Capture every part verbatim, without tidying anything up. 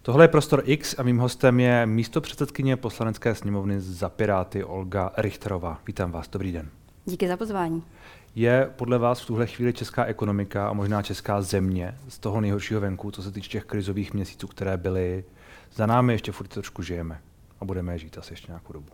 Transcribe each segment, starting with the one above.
Tohle je Prostor X a mým hostem je místopředsedkyně Poslanecké sněmovny za Piráty Olga Richterová. Vítám vás, dobrý den. Díky za pozvání. Je podle vás v tuhle chvíli česká ekonomika a možná česká země z toho nejhoršího venku, co se týče těch krizových měsíců, které byly za námi, ještě furt trošku žijeme a budeme je žít asi ještě nějakou dobu?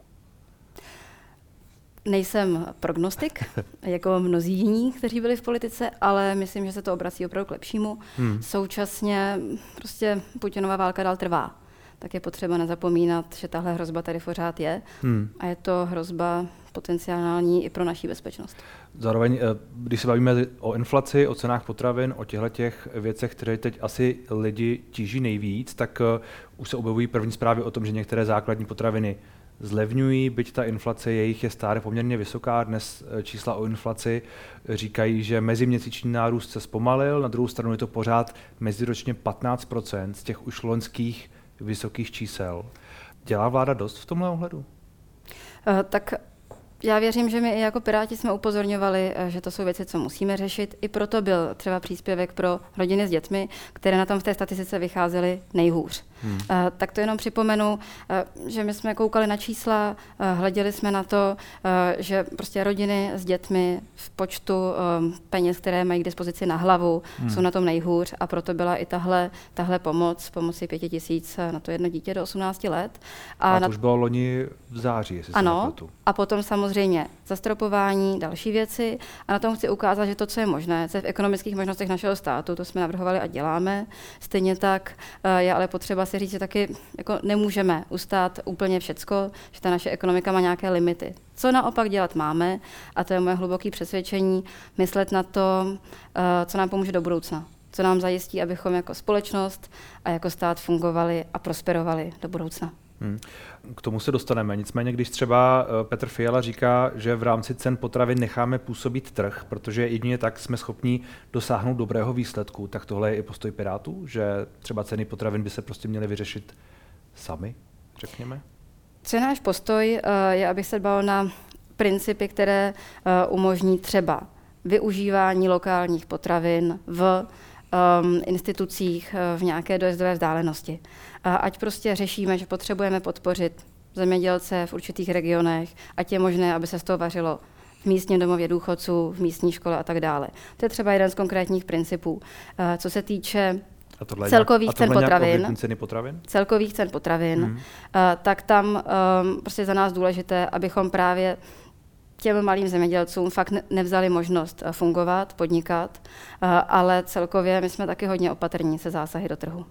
Nejsem prognostik, jako mnozí jiní, kteří byli v politice, ale myslím, že se to obrací opravdu k lepšímu. Hmm. Současně prostě Putinova válka dál trvá. Tak je potřeba nezapomínat, že tahle hrozba tady pořád je hmm. a je to hrozba potenciální i pro naši bezpečnost. Zároveň, když se bavíme o inflaci, o cenách potravin, o těchto těch věcech, které teď asi lidi tíží nejvíc, tak už se objevují první zprávy o tom, že některé základní potraviny zlevňují, byť ta inflace jejich je stále poměrně vysoká. Dnes čísla o inflaci říkají, že meziměsíční nárůst se zpomalil, na druhou stranu je to pořád meziročně patnáct procent z těch už loňských vysokých čísel. Dělá vláda dost v tomhle ohledu? Uh, tak já věřím, že my i jako Piráti jsme upozorňovali, že to jsou věci, co musíme řešit. I proto byl třeba příspěvek pro rodiny s dětmi, které na tom v té statistice vycházely nejhůř. Hmm. Uh, tak to jenom připomenu, uh, že my jsme koukali na čísla, uh, hleděli jsme na to, uh, že prostě rodiny s dětmi v počtu um, peněz, které mají k dispozici na hlavu, hmm. jsou na tom nejhůř a proto byla i tahle, tahle pomoc, pomoci pěti tisíc na to jedno dítě do osmnácti let. A, a to na... už bylo loni v září, jestli ano, se nepletu. A potom samozřejmě zastropování, další věci a na tom chci ukázat, že to, co je možné, co je v ekonomických možnostech našeho státu, to jsme navrhovali a děláme. Stejně tak uh, je ale potřeba si říct, že taky jako nemůžeme ustát úplně všecko, že ta naše ekonomika má nějaké limity. Co naopak dělat máme, a to je moje hluboké přesvědčení, myslet na to, co nám pomůže do budoucna. Co nám zajistí, abychom jako společnost a jako stát fungovali a prosperovali do budoucna. Hmm. K tomu se dostaneme. Nicméně, když třeba Petr Fiala říká, že v rámci cen potravin necháme působit trh, protože jedině tak jsme schopni dosáhnout dobrého výsledku, tak tohle je i postoj Pirátů, že třeba ceny potravin by se prostě měly vyřešit sami, řekněme? Co je náš postoj, je, abych se dbal na principy, které umožní třeba využívání lokálních potravin v Um, institucích v nějaké dojezdové vzdálenosti. A ať prostě řešíme, že potřebujeme podpořit zemědělce v určitých regionech, ať je možné, aby se z toho vařilo v místním domově důchodců, v místní škole a tak dále. To je třeba jeden z konkrétních principů. Uh, co se týče celkových a cen potravin, ceny potravin, celkových cen potravin, hmm. uh, tak tam um, prostě za nás důležité, abychom právě těm malým zemědělcům fakt nevzali možnost fungovat, podnikat, ale celkově my jsme taky hodně opatrní se zásahy do trhu.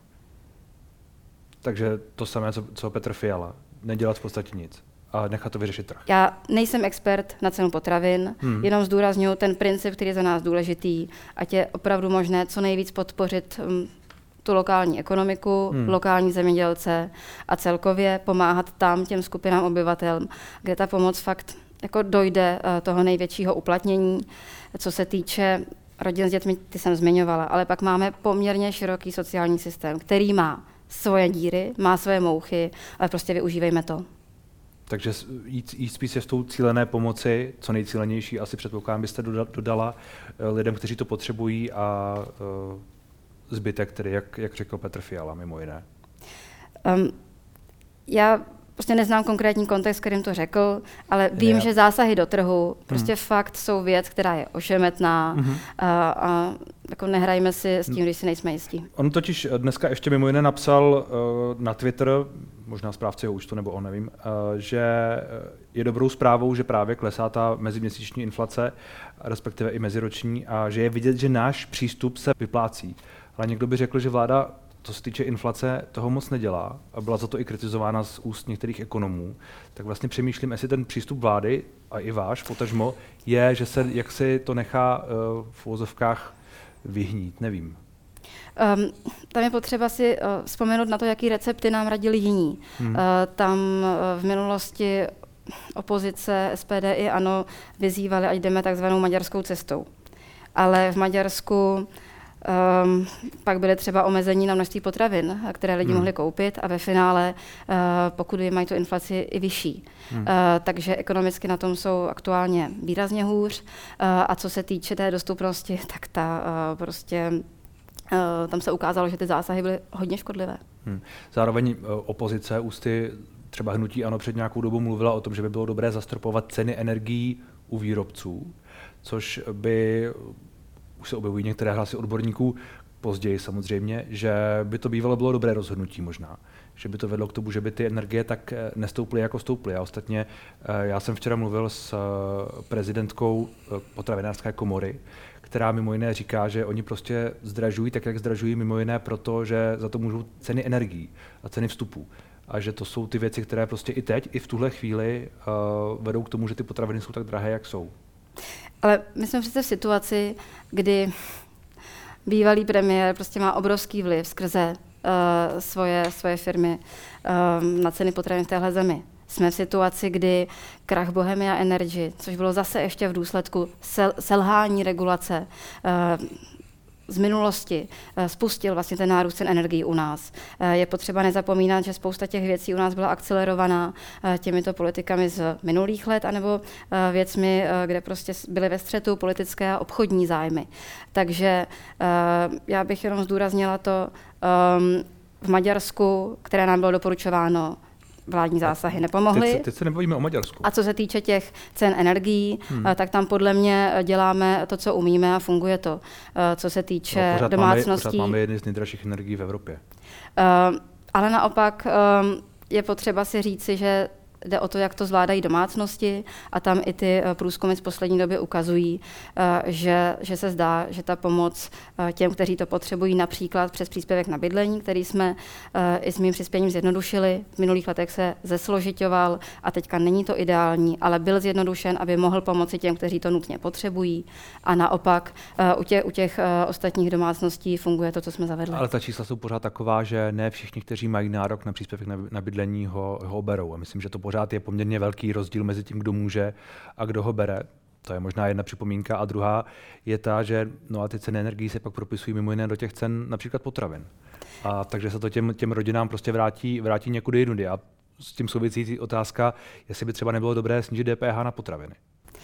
Takže to samé, co, co Petr Fiala, nedělat v podstatě nic a nechat to vyřešit trh. Já nejsem expert na cenu potravin, hmm. jenom zdůrazňuji ten princip, který je za nás důležitý, ať je opravdu možné co nejvíc podpořit um, tu lokální ekonomiku, hmm. lokální zemědělce a celkově pomáhat tam těm skupinám obyvatel, kde ta pomoc fakt jako dojde uh, toho největšího uplatnění. Co se týče rodin s dětmi, ty jsem zmiňovala, ale pak máme poměrně široký sociální systém, který má svoje díry, má svoje mouchy, ale prostě využívejme to. Takže jít, jít spíš s tou cílené pomoci, co nejcílenější, asi předpokládám, byste dodala lidem, kteří to potřebují a uh, zbytek, tedy jak, jak řekl Petr Fiala, mimo jiné. Um, já prostě neznám konkrétní kontext, kterým to řekl, ale vím, ne. že zásahy do trhu prostě hmm. fakt jsou věc, která je ošemetná hmm. a, a jako nehrajme si s tím, když si nejsme jistí. On totiž dneska ještě mimo jiné napsal uh, na Twitter, možná správce jeho účtu, nebo on nevím, uh, že je dobrou zprávou, že právě klesá ta meziměsíční inflace, respektive i meziroční, a že je vidět, že náš přístup se vyplácí. Ale někdo by řekl, že vláda, co se týče inflace, toho moc nedělá a byla za to i kritizována z úst některých ekonomů, tak vlastně přemýšlím, jestli ten přístup vlády a i váš, potažmo, je, že se jak si to nechá uh, v uvozovkách vyhnít, nevím. Um, tam je potřeba si uh, vzpomenout na to, jaký recepty nám radili jiní. Hmm. Uh, tam uh, v minulosti opozice, S P D i ANO vyzývali, ať jdeme takzvanou maďarskou cestou. Ale v Maďarsku Um, pak byly třeba omezení na množství potravin, které lidi hmm. mohli koupit a ve finále, uh, pokud mají tu inflaci i vyšší. Hmm. Uh, takže ekonomicky na tom jsou aktuálně výrazně hůř. Uh, a co se týče té dostupnosti, tak ta uh, prostě tam se ukázalo, že ty zásahy byly hodně škodlivé. Hmm. Zároveň opozice ústy třeba hnutí ANO před nějakou dobou mluvila o tom, že by bylo dobré zastropovat ceny energií u výrobců, což by, už se objevují některé hlasy odborníků, později samozřejmě, že by to bývalo bylo dobré rozhodnutí možná, že by to vedlo k tomu, že by ty energie tak nestouply, jako stouply. A ostatně já jsem včera mluvil s prezidentkou potravinářské komory, která mimo jiné říká, že oni prostě zdražují tak, jak zdražují mimo jiné proto, že za to můžou ceny energií a ceny vstupů. A že to jsou ty věci, které prostě i teď, i v tuhle chvíli uh, vedou k tomu, že ty potraviny jsou tak drahé, jak jsou. Ale my jsme přece v situaci, kdy bývalý premiér prostě má obrovský vliv skrze uh, svoje, svoje firmy uh, na ceny potravin v téhle zemi. Jsme v situaci, kdy krach Bohemia Energy, což bylo zase ještě v důsledku sel, selhání regulace uh, z minulosti, uh, spustil vlastně ten nárůst cen energií u nás. Uh, je potřeba nezapomínat, že spousta těch věcí u nás byla akcelerovaná uh, těmito politikami z minulých let, anebo uh, věcmi, uh, kde prostě byly ve střetu politické a obchodní zájmy. Takže uh, já bych jenom zdůraznila to, um, v Maďarsku, které nám bylo doporučováno, vládní zásahy nepomohly. Teď, teď se nebavíme o Maďarsku. A co se týče těch cen energií, hmm. tak tam podle mě děláme to, co umíme a funguje to. Co se týče no, domácností. Máme, pořád máme jedny z nejdražších energií v Evropě. Uh, ale naopak um, je potřeba si říci, že jde o to, jak to zvládají domácnosti a tam i ty průzkumy z poslední doby ukazují, že, že se zdá, že ta pomoc těm, kteří to potřebují, například přes příspěvek na bydlení, který jsme i s mým přispěním zjednodušili, v minulých letech se zesložiťoval a teďka není to ideální, ale byl zjednodušen, aby mohl pomoci těm, kteří to nutně potřebují a naopak u těch, u těch ostatních domácností funguje to, co jsme zavedli. Ale ta čísla jsou pořád taková, že ne všichni, kteří mají nárok na příspěvek na, na bydlení, ho, ho berou. A myslím, že to pořád je poměrně velký rozdíl mezi tím, kdo může a kdo ho bere. To je možná jedna připomínka. A druhá je ta, že no a ty ceny energií se pak propisují mimo jiné do těch cen například potravin. A takže se to těm, těm rodinám prostě vrátí, vrátí někudy jinudy. A s tím souvisí otázka, jestli by třeba nebylo dobré snížit D P H na potraviny.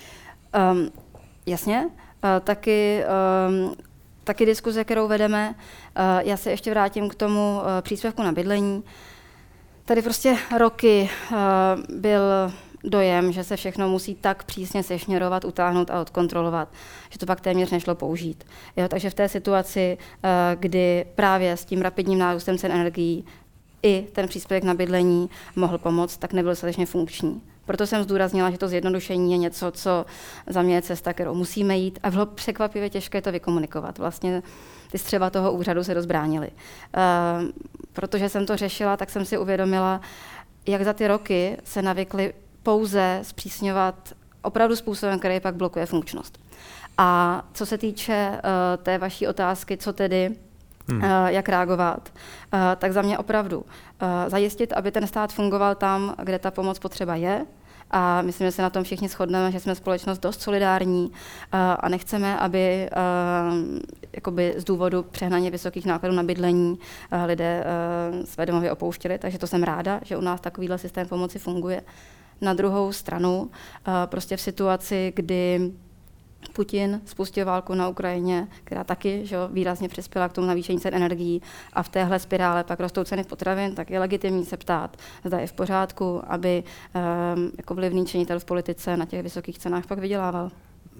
Um, jasně. Uh, taky... Um... Taky diskuze, kterou vedeme. Já se ještě vrátím k tomu příspěvku na bydlení. Tady prostě roky byl dojem, že se všechno musí tak přísně sešněrovat, utáhnout a odkontrolovat, že to pak téměř nešlo použít. Jo, takže v té situaci, kdy právě s tím rapidním nárůstem cen energií i ten příspěvek na bydlení mohl pomoct, tak nebyl dostatečně funkční. Proto jsem zdůraznila, že to zjednodušení je něco, co za mě je cesta, kterou musíme jít a bylo překvapivě těžké to vykomunikovat. Vlastně ty střeva toho úřadu se rozbránily. Uh, protože jsem to řešila, tak jsem si uvědomila, jak za ty roky se navykli pouze zpřísňovat opravdu způsobem, který pak blokuje funkčnost. A co se týče uh, té vaší otázky, co tedy Hmm. jak reagovat, tak za mě opravdu zajistit, aby ten stát fungoval tam, kde ta pomoc potřeba je. A myslím, že se na tom všichni shodneme, že jsme společnost dost solidární a nechceme, aby jakoby z důvodu přehnaně vysokých nákladů na bydlení lidé své domovy opouštěli. Takže to jsem ráda, že u nás takovýhle systém pomoci funguje. Na druhou stranu, prostě v situaci, kdy Putin spustil válku na Ukrajině, která taky že, výrazně přispěla k tomu navýšení cen energií a v téhle spirále pak rostou ceny potravin, tak je legitimní se ptát, zda je v pořádku, aby um, jako vlivný činitel v politice na těch vysokých cenách pak vydělával.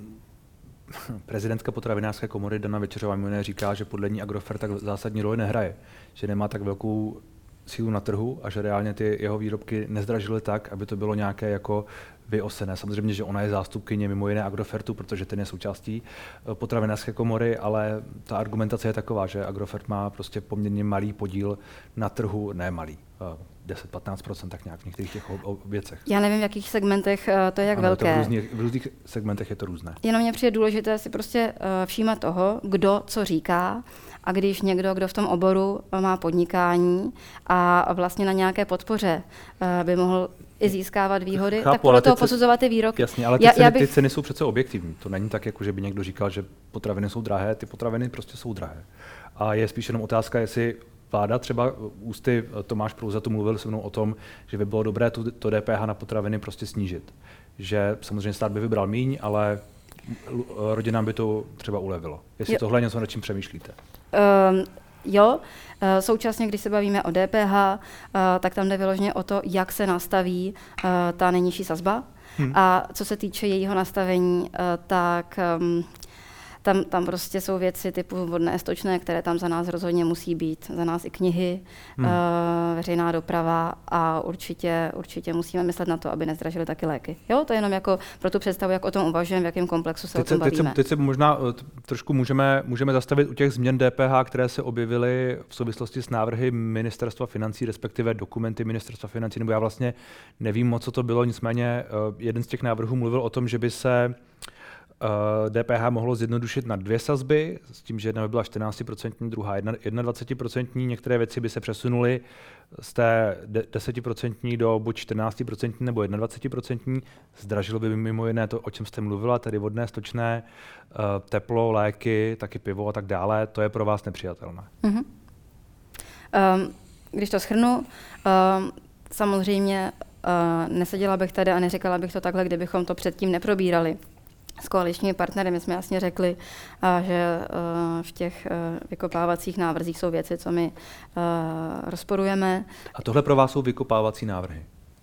Prezidentka potravinářské komory Dana Večeřová mimo říká, že podle ní Agrofert tak zásadní roli nehraje, že nemá tak velkou sílu na trhu a že reálně ty jeho výrobky nezdražily tak, aby to bylo nějaké jako vyosené. Samozřejmě, že ona je zástupkyně mimo jiné Agrofertu, protože ten je součástí potravinářské komory, ale ta argumentace je taková, že Agrofert má prostě poměrně malý podíl na trhu, ne malý, deset až patnáct procent tak nějak v některých těch věcech. Já nevím, v jakých segmentech to je jak ano, velké. Je to v, různých, v různých segmentech je to různé. Jenom mně přijde důležité si prostě všímat toho, kdo co říká, a když někdo, kdo v tom oboru má podnikání a vlastně na nějaké podpoře by mohl i získávat výhody, Chápu, tak podle toho posuzovat ty výroky. Jasně, ale ty, já, ceny, já bych... ty ceny jsou přece objektivní. To není tak, jako že by někdo říkal, že potraviny jsou drahé, ty potraviny prostě jsou drahé. A je spíš jenom otázka, jestli vláda, třeba ústy Tomáš Prouza to mluvil se mnou o tom, že by bylo dobré to, to D P H na potraviny prostě snížit. Že samozřejmě stát by vybral míň, ale rodinám by to třeba ulevilo. Jestli jo. Tohle je něco, nad čím přemýšlíte. Um, jo, současně, když se bavíme o D P H, tak tam jde vyloženě o to, jak se nastaví ta nejnižší sazba. Hmm. A co se týče jejího nastavení, tak um, tam, tam prostě jsou věci typu vodné, stočné, které tam za nás rozhodně musí být. Za nás i knihy, hmm. uh, veřejná doprava a určitě, určitě musíme myslet na to, aby nezdražily taky léky. Jo, to je jenom jako pro tu představu, jak o tom uvažujeme, v jakém komplexu se teď o tom bavíme. Teď se, teď se možná trošku můžeme, můžeme zastavit u těch změn D P H, které se objevily v souvislosti s návrhy Ministerstva financí, respektive dokumenty Ministerstva financí, nebo já vlastně nevím moc, co to bylo, nicméně jeden z těch návrhů mluvil o tom, že by se D P H mohlo zjednodušit na dvě sazby, s tím, že jedna by byla čtrnáct procent, druhá dvacet procent. Některé věci by se přesunuly z té deset procent do buď čtrnáct procent nebo dvacet procent. Zdražilo by mimo jiné to, o čem jste mluvila, tedy vodné, stočné, teplo, léky, taky pivo a tak dále. To je pro vás nepřijatelné. Mm-hmm. Um, když to shrnu, um, samozřejmě uh, neseděla bych tady a neříkala bych to takhle, kdybychom to předtím neprobírali. S koaličními partnery my jsme jasně řekli, že v těch vykopávacích návrzích jsou věci, co my rozporujeme. A tohle pro vás jsou vykopávací návrhy?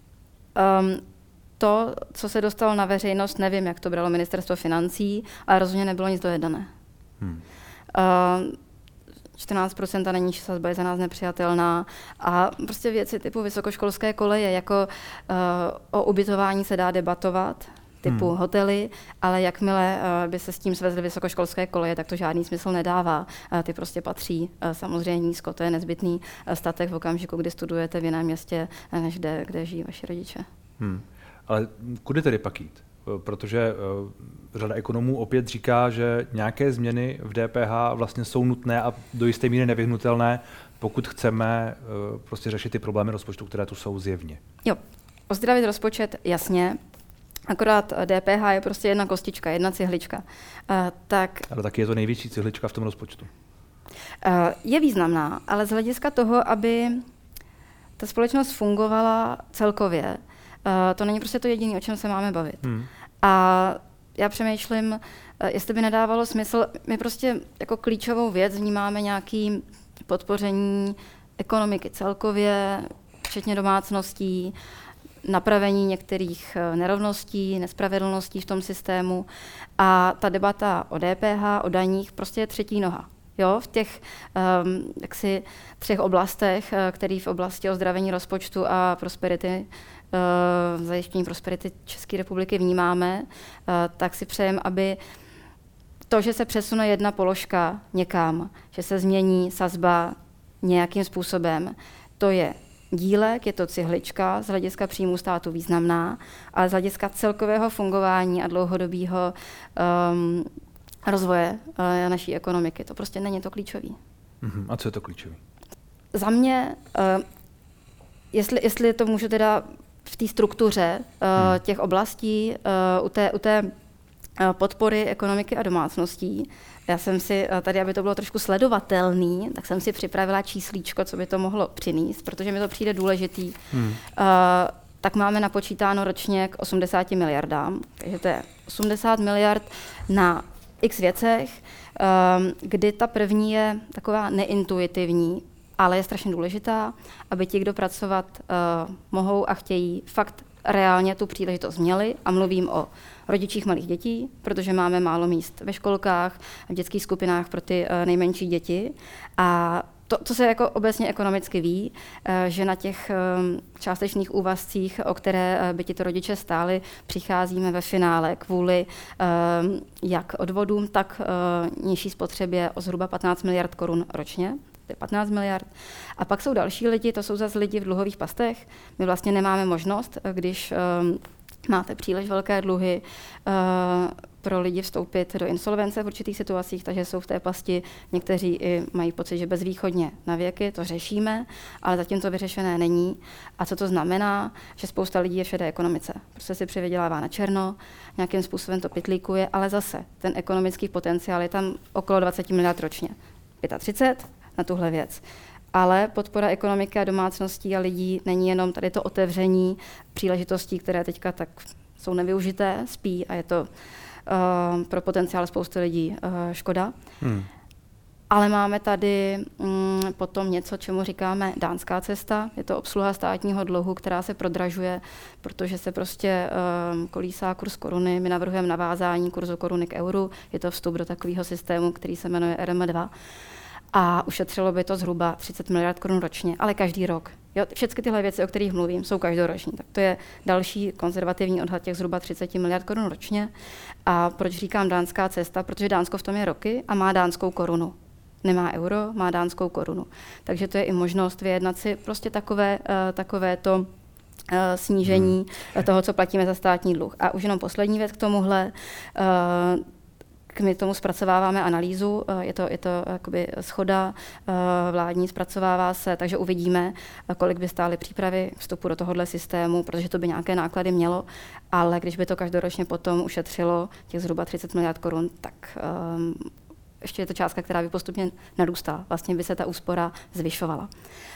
Um, to, co se dostalo na veřejnost, nevím, jak to bralo Ministerstvo financí, ale rozhodně nebylo nic dojednané. Hmm. Uh, čtrnáct procent nejnižší sazba je za nás nepřijatelná a prostě věci typu vysokoškolské koleje, jako uh, o ubytování se dá debatovat, typu hmm. hotely, ale jakmile uh, by se s tím svezly vysokoškolské koleje, tak to žádný smysl nedává. Uh, ty prostě patří uh, samozřejmě nízko, to je nezbytný uh, statek v okamžiku, kdy studujete v jiném městě, uh, než kde, kde žijí vaši rodiče. Hmm. Ale kudy tedy pak jít? Protože uh, řada ekonomů opět říká, že nějaké změny v D P H vlastně jsou nutné a do jisté míry nevyhnutelné, pokud chceme uh, prostě řešit ty problémy rozpočtu, které tu jsou zjevně. Jo, ozdravit rozpočet, jasně. Akorát D P H je prostě jedna kostička, jedna cihlička. Uh, tak, ale taky je to největší cihlička v tom rozpočtu. Uh, je významná, ale z hlediska toho, aby ta společnost fungovala celkově, uh, to není prostě to jediné, o čem se máme bavit. Hmm. A já přemýšlím, uh, jestli by nedávalo smysl, my prostě jako klíčovou věc vnímáme nějaké podpoření ekonomiky celkově, včetně domácností, napravení některých nerovností, nespravedlností v tom systému a ta debata o D P H, o daních prostě je třetí noha. Jo, v těch um, jaksi třech oblastech, které v oblasti ozdravení rozpočtu a prosperity, uh, zajištění prosperity České republiky vnímáme, uh, tak si přejeme, aby to, že se přesune jedna položka někam, že se změní sazba nějakým způsobem, to je dílek, je to cihlička, z hlediska příjmů státu významná, ale z hlediska celkového fungování a dlouhodobého um, rozvoje uh, naší ekonomiky. To prostě není to klíčový. Uh-huh. A co je to klíčový? Za mě, uh, jestli, jestli to můžu teda v té struktuře uh, hmm. těch oblastí, uh, u té, u té uh, podpory ekonomiky a domácností, já jsem si tady, aby to bylo trošku sledovatelný, tak jsem si připravila číslíčko, co by to mohlo přinést, protože mi to přijde důležitý. Hmm. Uh, tak máme napočítáno ročně k osmdesáti miliardám, takže to je osmdesát miliard na x věcech, uh, kdy ta první je taková neintuitivní, ale je strašně důležitá, aby ti, kdo pracovat uh, mohou a chtějí, fakt reálně tu příležitost měli, a mluvím o rodičích malých dětí, protože máme málo míst ve školkách, v dětských skupinách pro ty uh, nejmenší děti. A to, co se jako obecně ekonomicky ví, uh, že na těch um, částečných úvazcích, o které uh, by tito rodiče stáli, přicházíme ve finále kvůli um, jak odvodům, tak uh, nižší spotřebě o zhruba patnáct miliard korun ročně. To je patnáct miliard. A pak jsou další lidi, to jsou zase lidi v dluhových pastech. My vlastně nemáme možnost, když um, máte příliš velké dluhy, uh, pro lidi vstoupit do insolvence v určitých situacích, takže jsou v té pasti. Někteří i mají pocit, že bezvýchodně na věky, to řešíme, ale zatím to vyřešené není. A co to znamená? Že spousta lidí je v šedé ekonomice. Prostě si přivydělává na černo, nějakým způsobem to pytlíkuje, ale zase ten ekonomický potenciál je tam okolo dvacet miliard ročně. třicet pět na tuhle věc. Ale podpora ekonomiky a domácností a lidí není jenom tady to otevření příležitostí, které teďka tak jsou nevyužité, spí, a je to pro potenciál spousty lidí škoda. Hmm. Ale máme tady mm, potom něco, čemu říkáme dánská cesta. Je to obsluha státního dluhu, která se prodražuje, protože se prostě um, kolísá kurz koruny. My navrhujeme navázání kurzu koruny k euru. Je to vstup do takového systému, který se jmenuje R M dva. A ušetřilo by to zhruba třicet miliard korun ročně, ale každý rok. Jo, všechny tyhle věci, o kterých mluvím, jsou každoroční. Tak to je další konzervativní odhad těch zhruba třicet miliard korun ročně. A proč říkám dánská cesta? Protože Dánsko v tom je roky a má dánskou korunu. Nemá euro, má dánskou korunu. Takže to je i možnost vyjednat si prostě takové, uh, takové to uh, snížení hmm. toho, co platíme za státní dluh. A už jenom poslední věc k tomuhle. Uh, My tomu zpracováváme analýzu, je to, je to jakoby shoda vládní, zpracovává se, takže uvidíme, kolik by stály přípravy vstupu do tohohle systému, protože to by nějaké náklady mělo, ale když by to každoročně potom ušetřilo těch zhruba třicet miliard korun, tak um, ještě je to částka, která by postupně narůstala. Vlastně by se ta úspora zvyšovala.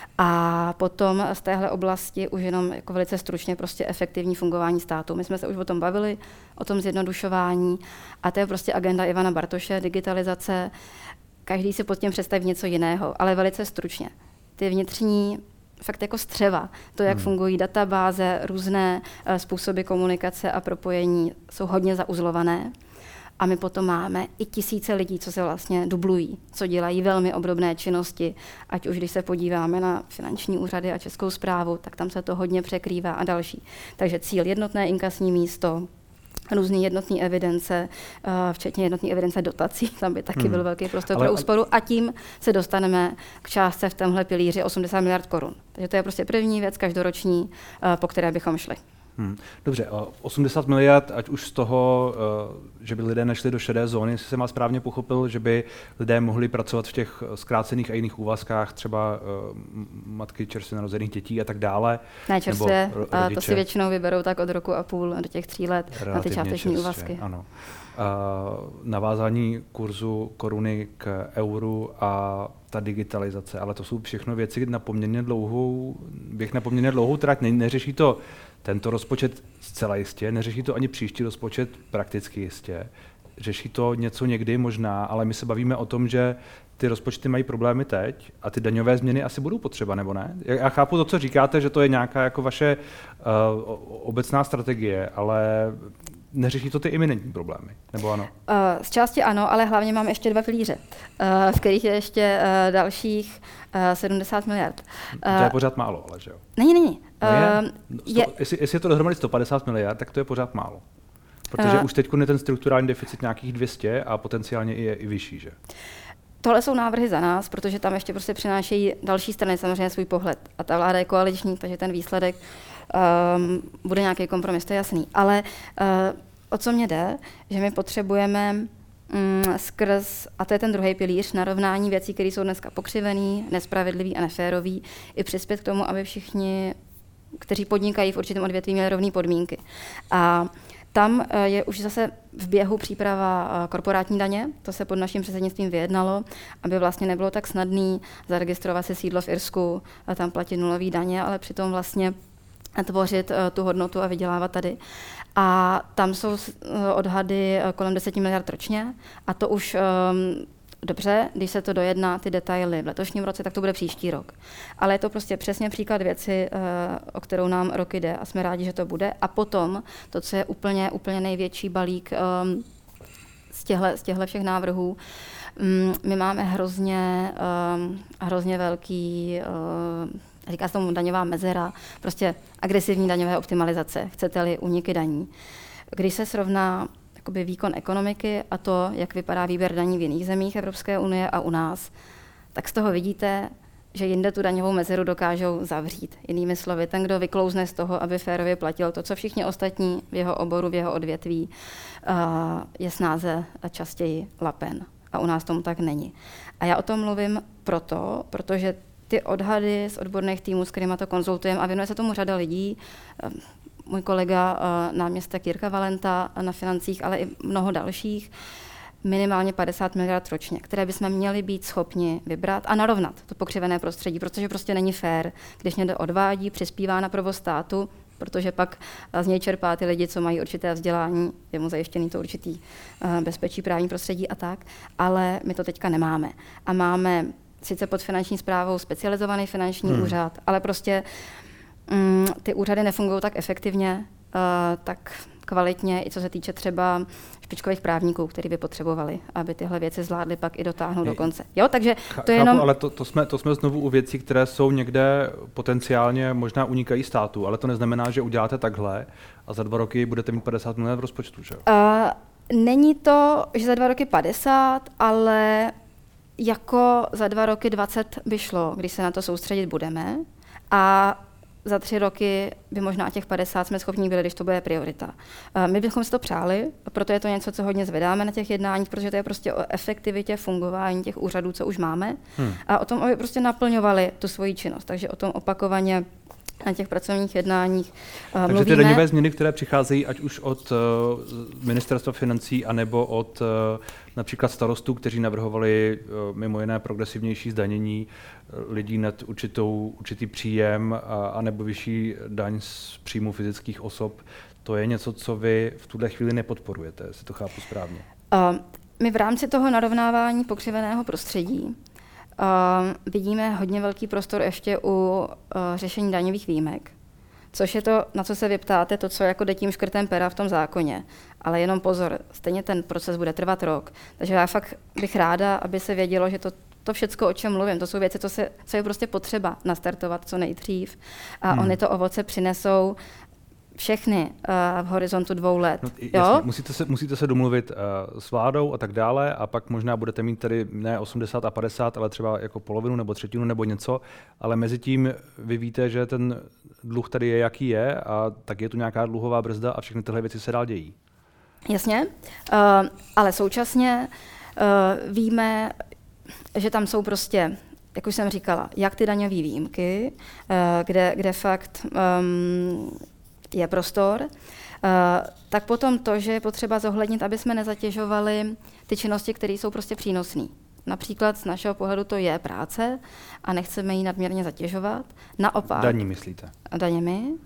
A potom z téhle oblasti už jenom jako velice stručně prostě efektivní fungování státu. My jsme se už o tom bavili, o tom zjednodušování a to je prostě agenda Ivana Bartoše, digitalizace. Každý si pod tím představí něco jiného, ale velice stručně. Ty vnitřní fakt jako střeva, to, jak hmm. fungují databáze, různé uh, způsoby komunikace a propojení jsou hodně zauzlované. A my potom máme i tisíce lidí, co se vlastně dublují, co dělají velmi obdobné činnosti, ať už když se podíváme na finanční úřady a Českou správu, tak tam se to hodně překrývá a další. Takže cíl jednotné inkasní místo, různé jednotné evidence, včetně jednotné evidence dotací, tam by taky hmm. byl velký prostor ale, pro úsporu a tím se dostaneme k částce v tomhle pilíři osmdesát miliard korun. Takže to je prostě první věc každoroční, po které bychom šli. Hmm. Dobře, osmdesát miliard, ať už z toho, že by lidé nešli do šedé zóny, jestli jsem vás správně pochopil, že by lidé mohli pracovat v těch zkrácených a jiných úvazkách, třeba matky čerstvě narozených dětí a tak dále. Ne, čerstvě, a to si většinou vyberou tak od roku a půl do těch tří let relativně na ty částeční čerstvě, úvazky. Ano. Navázání kurzu koruny k euru a ta digitalizace, ale to jsou všechno věci na poměrně dlouhou, běh na poměrně dlouhou trať. Ne, neřeší to tento rozpočet zcela jistě, neřeší to ani příští rozpočet prakticky jistě. Řeší to něco někdy možná, ale my se bavíme o tom, že ty rozpočty mají problémy teď a ty daňové změny asi budou potřeba, nebo ne? Já chápu to, co říkáte, že to je nějaká jako vaše uh, obecná strategie, ale neřeší to ty iminentní problémy, nebo ano? Uh, z části ano, ale hlavně máme ještě dva pilíře, uh, v kterých je ještě uh, dalších uh, sedmdesát miliard. Uh, to je pořád málo, ale že jo? Není, není. Uh, je? Sto, je. Jestli, jestli je to dohromady sto padesát miliard, tak to je pořád málo. Protože uh, už teď je ten strukturální deficit nějakých dvě stě a potenciálně i je i vyšší, že? Tohle jsou návrhy za nás, protože tam ještě prostě přinášejí další strany samozřejmě svůj pohled. A ta vláda je koaliční, takže ten výsledek um, bude nějaký kompromis, to je jasný. Ale uh, o co mě jde, že my potřebujeme um, skrz, a to je ten druhý pilíř, narovnání věcí, které jsou dneska pokřivený, nespravedlivý a neférový, i přispět k tomu, aby všichni, kteří podnikají v určitém odvětví, měli rovné podmínky. A tam je už zase v běhu příprava korporátní daně, to se pod naším předsednictvím vyjednalo, aby vlastně nebylo tak snadný zaregistrovat si sídlo v Irsku a tam platit nulový daně, ale přitom vlastně tvořit tu hodnotu a vydělávat tady. A tam jsou odhady kolem deset miliard ročně a to už dobře, když se to dojedná, ty detaily v letošním roce, tak to bude příští rok. Ale je to prostě přesně příklad věci, o kterou nám rok jde a jsme rádi, že to bude. A potom to, co je úplně, úplně největší balík um, z těchto z těchto všech návrhů, um, my máme hrozně, um, hrozně velký, um, říká se tomu daňová mezera, prostě agresivní daňové optimalizace, chcete-li úniky daní. Když se srovná výkon ekonomiky a to, jak vypadá výběr daní v jiných zemích Evropské unie a u nás, tak z toho vidíte, že jinde tu daňovou mezeru dokážou zavřít. Jinými slovy, ten, kdo vyklouzne z toho, aby férově platil to, co všichni ostatní v jeho oboru, v jeho odvětví, je snáze a častěji lapen. A u nás tomu tak není. A já o tom mluvím proto, protože ty odhady z odborných týmů, s kterými to konzultujeme, a věnuje se tomu řada lidí, můj kolega náměstek Jirka Valenta na financích, ale i mnoho dalších, minimálně padesát miliard ročně, které bychom měli být schopni vybrat a narovnat to pokřivené prostředí, protože prostě není fér, když někdo odvádí, přispívá na provoz státu protože pak z něj čerpá ty lidi, co mají určité vzdělání, je mu zajištěný to určitý bezpečí, právní prostředí a tak, ale my to teďka nemáme. A máme sice pod finanční správou specializovaný finanční hmm. úřad, ale prostě mm, ty úřady nefungují tak efektivně, uh, tak kvalitně, i co se týče třeba špičkových právníků, který by potřebovali, aby tyhle věci zvládli pak i dotáhnout do konce. Jo, takže to je jenom... jenom... Ale to, to, jsme, to jsme znovu u věcí, které jsou někde potenciálně, možná unikají státu, ale to neznamená, že uděláte takhle a za dva roky budete mít padesát milionů v rozpočtu, že jo? Uh, není to, že za dva roky padesát, ale jako za dva roky dvacet by šlo, když se na to soustředit budeme, a za tři roky by možná těch padesát jsme schopni byli, když to bude priorita. My bychom si to přáli, proto je to něco, co hodně zvedáme na těch jednáních, protože to je prostě o efektivitě fungování těch úřadů, co už máme, hmm. a o tom, aby prostě naplňovali tu svoji činnost. Takže o tom opakovaně na těch pracovních jednáních uh, Takže mluvíme. ty daňové změny, které přicházejí ať už od uh, ministerstva financí, anebo od uh, například starostů, kteří navrhovali uh, mimo jiné progresivnější zdanění uh, lidí nad určitou, určitý příjem, a, anebo vyšší daň z příjmu fyzických osob, to je něco, co vy v tuhle chvíli nepodporujete, jestli to chápu správně. Uh, my v rámci toho narovnávání pokřiveného prostředí Uh, vidíme hodně velký prostor ještě u uh, řešení daňových výjimek, což je to, na co se vy ptáte, to, co jako jde tím škrtem pera v tom zákoně. Ale jenom pozor, stejně ten proces bude trvat rok. Takže já fakt bych ráda, aby se vědělo, že to, to všecko, o čem mluvím, to jsou věci, co, se, co je prostě potřeba nastartovat co nejdřív. A hmm. Ony to ovoce přinesou všechny uh, v horizontu dvou let. No, jasně, musíte, se, musíte se domluvit uh, s vládou a tak dále, a pak možná budete mít tady ne osmdesát a padesát, ale třeba jako polovinu nebo třetinu nebo něco, ale mezi tím vy víte, že ten dluh tady je, jaký je, a tak je tu nějaká dluhová brzda a všechny tyhle věci se dál dějí. Jasně, uh, ale současně uh, víme, že tam jsou prostě, jak už jsem říkala, jak ty daňové výjimky, uh, kde, kde fakt um, je prostor, uh, tak potom to, že je potřeba zohlednit, aby jsme nezatěžovali ty činnosti, které jsou prostě přínosné. Například z našeho pohledu to je práce a nechceme ji nadměrně zatěžovat. Naopak... Daní myslíte? Daněmi. Uh,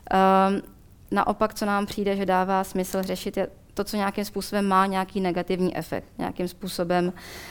naopak, co nám přijde, že dává smysl řešit, je to, co nějakým způsobem má nějaký negativní efekt. Nějakým způsobem,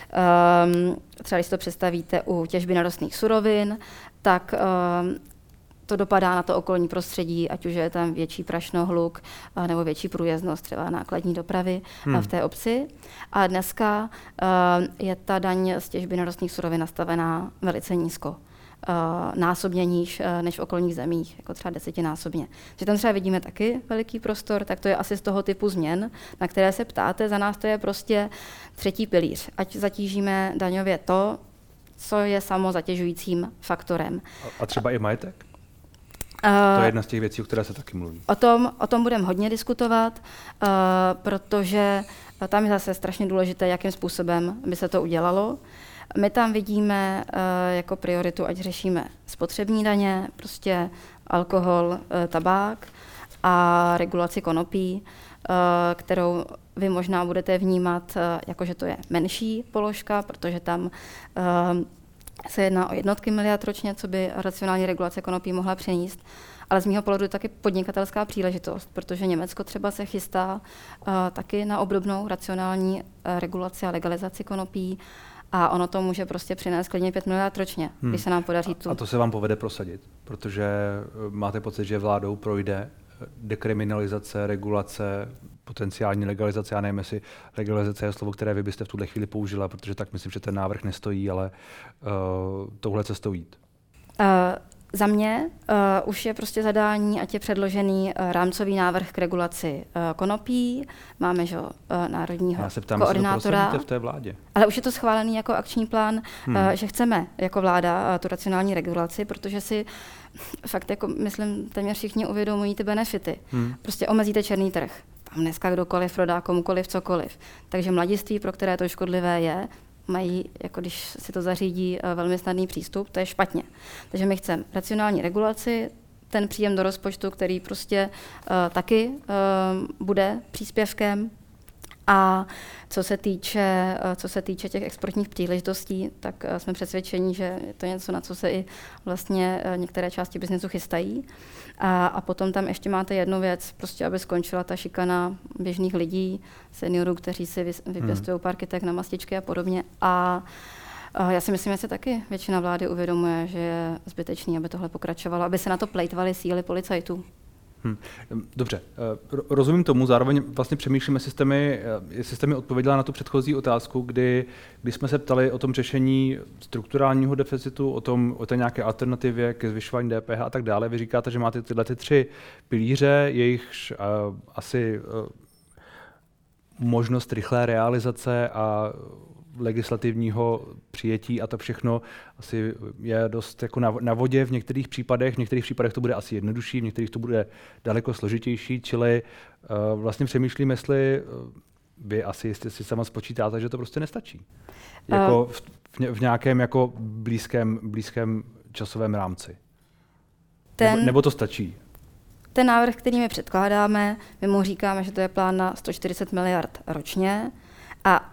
um, třeba když si to představíte u těžby nerostných surovin, tak um, to dopadá na to okolní prostředí, ať už je tam větší prašnohluk nebo větší průjezdnost třeba nákladní dopravy hmm. v té obci. A dneska uh, je ta daň z těžby nerostných surovin nastavená velice nízko. Uh, násobně níž uh, než v okolních zemích, jako třeba desetinásobně. Že tam třeba vidíme taky veliký prostor, tak to je asi z toho typu změn, na které se ptáte. Za nás to je prostě třetí pilíř. Ať zatížíme daňově to, co je samozatěžujícím faktorem. A třeba i majetek? To je jedna z těch věcí, o které se taky mluví. O tom, o tom budeme hodně diskutovat, uh, protože tam je zase strašně důležité, jakým způsobem by se to udělalo. My tam vidíme uh, jako prioritu, ať řešíme spotřební daně, prostě alkohol, uh, tabák a regulaci konopí, uh, kterou vy možná budete vnímat, uh, jako že to je menší položka, protože tam uh, se jedná o jednotky miliard ročně, co by racionální regulace konopí mohla přinést. Ale z mého pohledu je taky podnikatelská příležitost, protože Německo třeba se chystá uh, taky na obdobnou racionální uh, regulaci a legalizaci konopí, a ono to může prostě přinést klidně pět miliard ročně, hmm. když se nám podaří tu... A to se vám povede prosadit, protože máte pocit, že vládou projde dekriminalizace, regulace, potenciální legalizace. Já nevím, jestli legalizace je slovo, které vy byste v tuhle chvíli použila, protože tak myslím, že ten návrh nestojí, ale uh, touhle cestou jít. Uh, za mě uh, už je prostě zadání, ať je předložený uh, rámcový návrh k regulaci uh, konopí. Máme že, uh, národního Já se ptám, koordinátora. To v té vládě. Ale už je to schválený jako akční plán, hmm. uh, že chceme jako vláda uh, tu racionální regulaci, protože si fakt jako myslím, téměř všichni uvědomují ty benefity. Hmm. Prostě omezíte černý trh. Tam dneska kdokoliv prodá komukoliv cokoliv. Takže mladiství, pro které to škodlivé je, mají, jako když si to zařídí, velmi snadný přístup, to je špatně. Takže my chceme racionální regulaci, ten příjem do rozpočtu, který prostě uh, taky uh, bude příspěvkem, A co se týče, co se týče těch exportních příležitostí, tak jsme přesvědčeni, že je to něco, na co se i vlastně některé části biznesu chystají. A, a potom tam ještě máte jednu věc, prostě aby skončila ta šikana běžných lidí, seniorů, kteří si vypěstují pár kytek na mastičky a podobně. A a já si myslím, že se taky většina vlády uvědomuje, že je zbytečný, aby tohle pokračovalo, aby se na to plejtvaly síly policajtů. Hmm. Dobře, rozumím tomu, zároveň vlastně přemýšlím, jestli jste mi, jestli jste mi odpověděla na tu předchozí otázku, kdy, kdy jsme se ptali o tom řešení strukturálního deficitu, o, tom, o té nějaké alternativě ke zvyšování D P H a tak dále. Vy říkáte, že máte tyhle ty tři pilíře, jejichž uh, asi uh, možnost rychlé realizace a legislativního přijetí a to všechno asi je dost jako na, na vodě v některých případech, v některých případech to bude asi jednodušší, v některých to bude daleko složitější, čili uh, vlastně přemýšlím, jestli uh, vy asi jestli si sama spočítáte, že to prostě nestačí. Jako v, v nějakém jako blízkém, blízkém časovém rámci. Ten, nebo, nebo to stačí? Ten návrh, který my předkládáme, my mu říkáme, že to je plán na sto čtyřicet miliard ročně a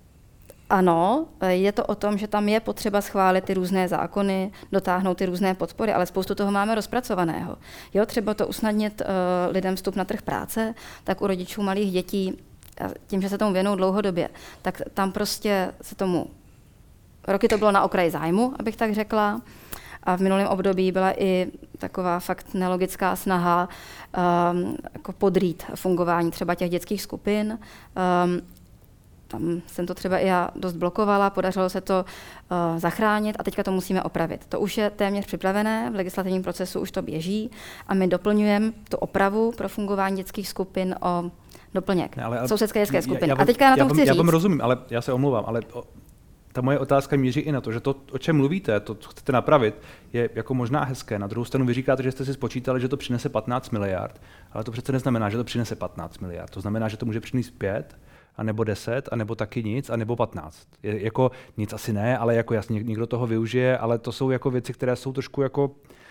ano, je to o tom, že tam je potřeba schválit ty různé zákony, dotáhnout ty různé podpory, ale spoustu toho máme rozpracovaného. Jo, třeba to usnadnit uh, lidem vstup na trh práce, tak u rodičů malých dětí, tím, že se tomu věnou dlouhodobě, tak tam prostě se tomu, roky to bylo na okraji zájmu, abych tak řekla, a v minulém období byla i taková fakt nelogická snaha um, jako podrýt fungování třeba těch dětských skupin. Um, Tam jsem to třeba i já dost blokovala, podařilo se to uh, zachránit a teďka to musíme opravit. To už je téměř připravené, v legislativním procesu už to běží a my doplňujeme tu opravu pro fungování dětských skupin o doplněk, ne, ale, ale, sousedské dětské skupiny. Já, já, a teďka na tom chci já, říct. Já vám rozumím, ale já se omlouvám, ale o, ta moje otázka míří i na to, že to, o čem mluvíte, to, co chcete napravit, je jako možná hezké. Na druhou stranu vy říkáte, že jste si spočítali, že to přinese patnáct miliard, ale to přece neznamená, že to přinese patnáct miliard. To znamená, že to může přinést pět, a nebo deset, a nebo taky nic, a nebo patnáct. Je, jako nic asi ne, ale jako jasně někdo toho využije, ale to jsou jako věci, které jsou trošku jako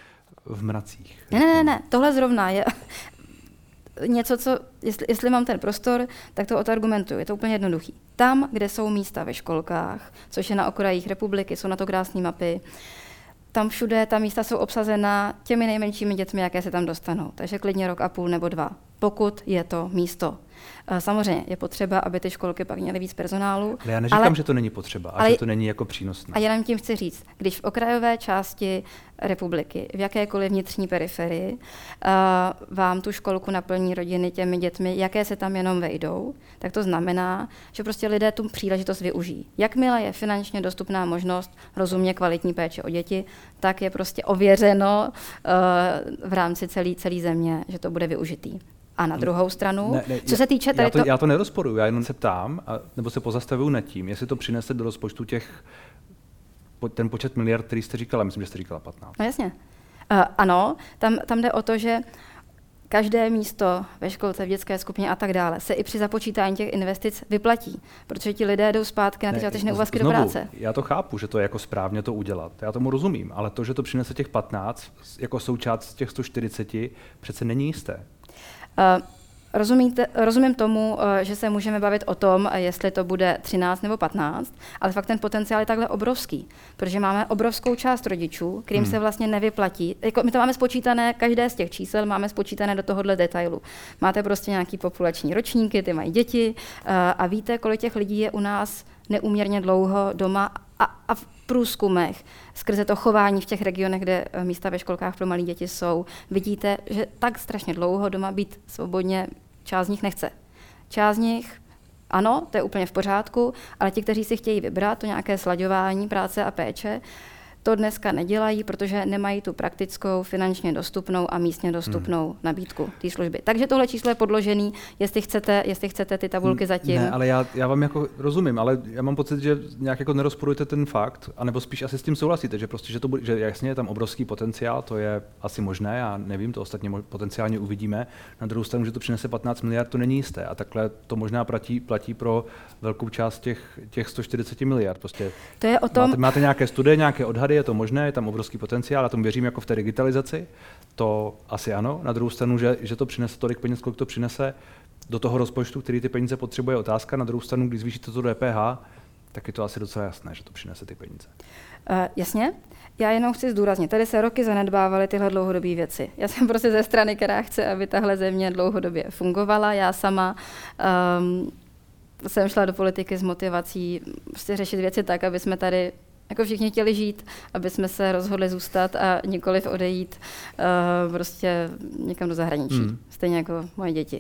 v mracích. Ne, ne, ne, tohle zrovna je něco, co, jestli, jestli mám ten prostor, tak to odargumentuju. Je to úplně jednoduchý. Tam, kde jsou místa ve školkách, což je na okrajích republiky, jsou na to krásné mapy, tam všude ta místa jsou obsazena těmi nejmenšími dětmi, jaké se tam dostanou. Takže klidně rok a půl nebo dva, pokud je to místo. Samozřejmě je potřeba, aby ty školky pak měly víc personálu. Ale já neříkám, ale, že to není potřeba a ale, že to není jako přínosné. A jenom tím chci říct, když v okrajové části republiky, v jakékoliv vnitřní periferii, uh, vám tu školku naplní rodiny těmi dětmi, jaké se tam jenom vejdou, tak to znamená, že prostě lidé tu příležitost využijí. Jakmile je finančně dostupná možnost rozumně kvalitní péče o děti, tak je prostě ověřeno uh, v rámci celé celé země, že to bude využitý. A na druhou stranu, ne, ne, co se týče tady já to, to... Já to nerozporuju, já jenom se ptám, a, nebo se pozastavuju nad tím, jestli to přinese do rozpočtu těch, ten počet miliard, který jste říkala, myslím, že jste říkala patnáct. No jasně. Uh, ano, tam, tam jde o to, že každé místo ve školce, v dětské skupině a tak dále se i při započítání těch investic vyplatí, protože ti lidé jdou zpátky na ty částečné úvazky do práce. Já to chápu, že to je jako správně to udělat, já tomu rozumím, ale to, že to přinese těch patnáct jako součást těch sto čtyřicet, přece není jisté. Uh, rozumíte, rozumím tomu, uh, že se můžeme bavit o tom, jestli to bude třináct nebo patnáct, ale fakt ten potenciál je takhle obrovský, protože máme obrovskou část rodičů, kterým hmm. se vlastně nevyplatí. Jako my to máme spočítané, každé z těch čísel máme spočítané do tohohle detailu. Máte prostě nějaký populační ročníky, ty mají děti uh, a víte, kolik těch lidí je u nás neúměrně dlouho doma a, a v průzkumech skrze to chování v těch regionech, kde místa ve školkách pro malé děti jsou, vidíte, že tak strašně dlouho doma být svobodně část z nich nechce. Část z nich, ano, to je úplně v pořádku, ale ti, kteří si chtějí vybrat to nějaké slaďování práce a péče, to dneska nedělají, protože nemají tu praktickou, finančně dostupnou a místně dostupnou hmm. nabídku té služby. Takže tohle číslo je podložený, jestli chcete, jestli chcete ty tabulky zatím. Ne, ale já, já vám jako rozumím, ale já mám pocit, že nějak jako nerozporujete ten fakt, anebo spíš asi s tím souhlasíte, že prostě, že, to bude, že jasně je tam obrovský potenciál, to je asi možné, já nevím, to ostatně potenciálně uvidíme. Na druhou stranu, že to přinese patnáct miliard, to není jisté a takhle to možná platí, platí pro velkou část těch, těch sto čtyřicet miliard. Prostě to je o tom... máte, máte nějaké studie, nějaké odhady, je to možné, je tam obrovský potenciál, já tomu věřím jako v té digitalizaci, to asi ano. Na druhou stranu, že, že to přinese tolik peněz, kolik to přinese, do toho rozpočtu, který ty peníze potřebuje, otázka. Na druhou stranu, když zvýšíte to D P H, tak je to asi docela jasné, že to přinese ty peníze. Uh, jasně. Já jenom chci zdůraznit, tady se roky zanedbávaly tyhle dlouhodobé věci. Já jsem prostě ze strany, která chce, aby tahle země dlouhodobě fungovala. Já sama um, jsem šla do politiky s motivací prostě řešit věci tak, aby jsme tady jako všichni chtěli žít, aby jsme se rozhodli zůstat a nikoliv odejít uh, prostě někam do zahraničí. Mm. Stejně jako moje děti.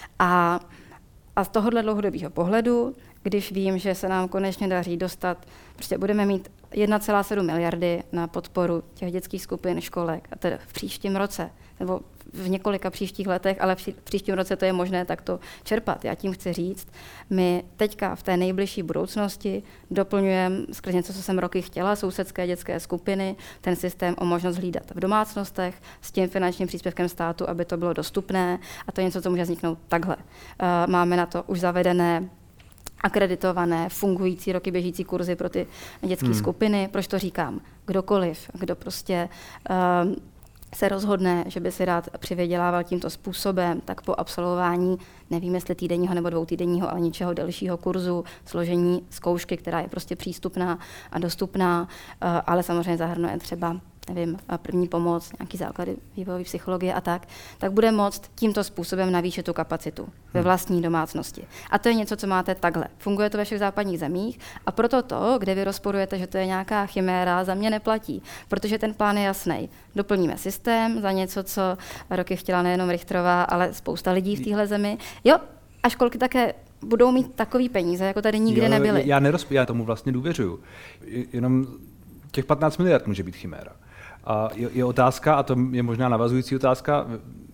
A, a z tohohle dlouhodobého pohledu, když vím, že se nám konečně daří dostat, prostě budeme mít jedna celá sedm miliardy na podporu těch dětských skupin, školek, a teda v příštím roce, nebo v několika příštích letech, ale v příštím roce to je možné takto čerpat. Já tím chci říct, my teďka v té nejbližší budoucnosti doplňujeme skrz něco, co jsem roky chtěla, sousedské dětské skupiny, ten systém o možnost hlídat v domácnostech s tím finančním příspěvkem státu, aby to bylo dostupné, a to je něco, co může vzniknout takhle. Máme na to už zavedené akreditované, fungující, roky běžící kurzy pro ty dětské hmm. skupiny. Proč to říkám? Kdokoliv, kdo prostě um, se rozhodne, že by si rád přivydělával tímto způsobem, tak po absolvování, nevím jestli týdenního nebo dvoutýdenního, ale ničeho delšího kurzu, složení zkoušky, která je prostě přístupná a dostupná, uh, ale samozřejmě zahrnuje třeba nevím, první pomoc, nějaký základy vývojové psychologie a tak, tak bude moct tímto způsobem navýšit tu kapacitu ve vlastní domácnosti. A to je něco, co máte takhle. Funguje to ve všech západních zemích a proto to, kde vy rozporujete, že to je nějaká chiméra, za mě neplatí, protože ten plán je jasný. Doplníme systém za něco, co roky chtěla nejenom Richterová, ale spousta lidí v téhle zemi. Jo, a školky také budou mít takový peníze, jako tady nikdy jo, nebyly. Já nerozp- já tomu vlastně důvěřuju. Jenom těch patnáct miliard může být chiméra. A je, je otázka, a to je možná navazující otázka,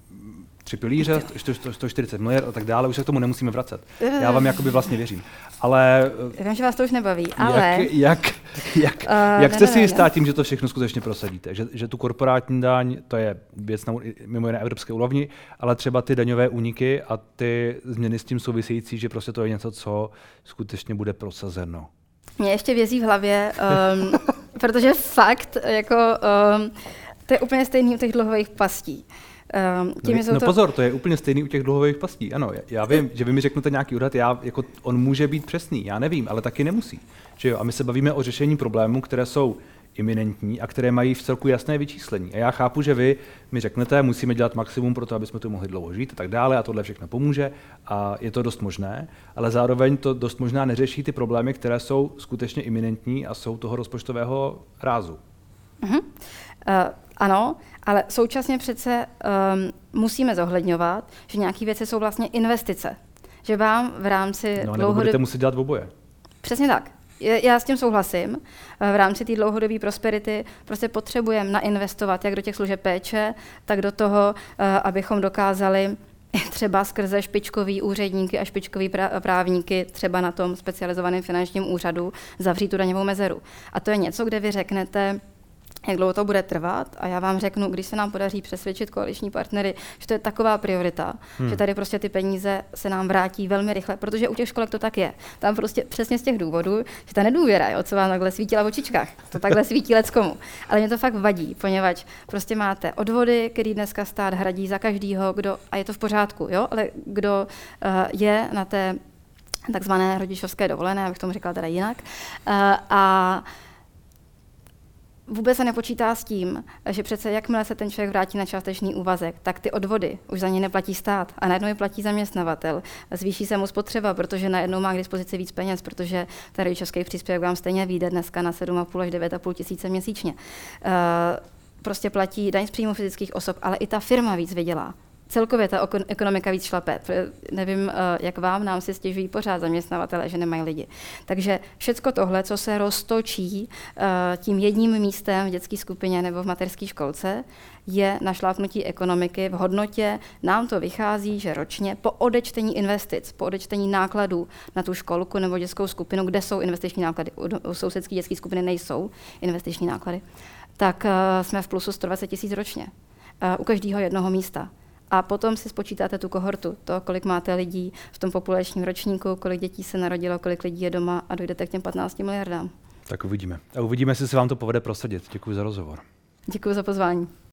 tři pilíře, sto čtyřicet miliard a tak dále, už se k tomu nemusíme vracet. Já vám jakoby vlastně věřím. Ale já vím, že vás to už nebaví, ale... Jak, jak, jak, uh, jak jste ne, si jistá tím, že to všechno skutečně prosadíte? Že, že tu korporátní daň, to je věc na mimo jiné evropské úrovni, ale třeba ty daňové úniky a ty změny s tím související, že prostě to je něco, co skutečně bude prosazeno. Mě ještě vězí v hlavě, um, protože fakt, jako, um, to je úplně stejný u těch dluhových pastí. Um, tím, no, no to... pozor, to je úplně stejný u těch dluhových pastí. Ano, já vím, že vy mi řeknete nějaký odhad, já, jako, on může být přesný, já nevím, ale taky nemusí. Že jo? A my se bavíme o řešení problémů, které jsou iminentní a které mají v celku jasné vyčíslení. A já chápu, že vy mi řeknete, musíme dělat maximum pro to, aby jsme tu mohli dlouho žít a tak dále a tohle všechno pomůže a je to dost možné, ale zároveň to dost možná neřeší ty problémy, které jsou skutečně iminentní a jsou toho rozpočtového rázu. Uh-huh. Uh, ano, ale současně přece um, musíme zohledňovat, že nějaké věci jsou vlastně investice. Že vám v rámci no, dlouhodobé... budete muset dělat oboje. Přesně tak. Já s tím souhlasím. V rámci té dlouhodobé prosperity prostě potřebujeme nainvestovat jak do těch služeb péče, tak do toho, abychom dokázali třeba skrze špičkový úředníky a špičkový právníky třeba na tom specializovaném finančním úřadu zavřít tu daňovou mezeru. A to je něco, kde vy řeknete, jak dlouho to bude trvat a já vám řeknu, když se nám podaří přesvědčit koaliční partnery, že to je taková priorita, hmm. že tady prostě ty peníze se nám vrátí velmi rychle, protože u těch školek to tak je. Tam prostě přesně z těch důvodů, že ta nedůvěra, jo, co vám takhle svítila v očičkách, to takhle svítí leckomu. Ale mě to fakt vadí, poněvadž prostě máte odvody, který dneska stát hradí za každýho, kdo, a je to v pořádku, jo, ale kdo uh, je na té takzvané rodičovské dovolené, abych tomu říkala teda jinak, uh, a vůbec se nepočítá s tím, že přece jakmile se ten člověk vrátí na částečný úvazek, tak ty odvody už za ně neplatí stát a najednou je platí zaměstnavatel. Zvýší se mu spotřeba, protože najednou má k dispozici víc peněz, protože ten rodičovský příspěvek vám stejně vyjde dneska na sedm a půl až devět a půl tisíce měsíčně. Prostě platí daň z příjmu fyzických osob, ale i ta firma víc vydělá. Celkově ta ekonomika víc šlape. Nevím, jak vám, nám si stěžují pořád zaměstnavatele, že nemají lidi. Takže všecko tohle, co se roztočí tím jedním místem v dětské skupině nebo v mateřské školce, je našlápnutí ekonomiky v hodnotě. Nám to vychází, že ročně po odečtení investic, po odečtení nákladů na tu školku nebo dětskou skupinu, kde jsou investiční náklady, u sousedské dětské skupiny nejsou investiční náklady, tak jsme v plusu sto dvacet tisíc ročně. U každého jednoho místa. A potom si spočítáte tu kohortu, to, kolik máte lidí v tom populačním ročníku, kolik dětí se narodilo, kolik lidí je doma a dojdete k těm patnácti miliardám. Tak uvidíme. A uvidíme, jestli se vám to povede prosadit. Děkuji za rozhovor. Děkuji za pozvání.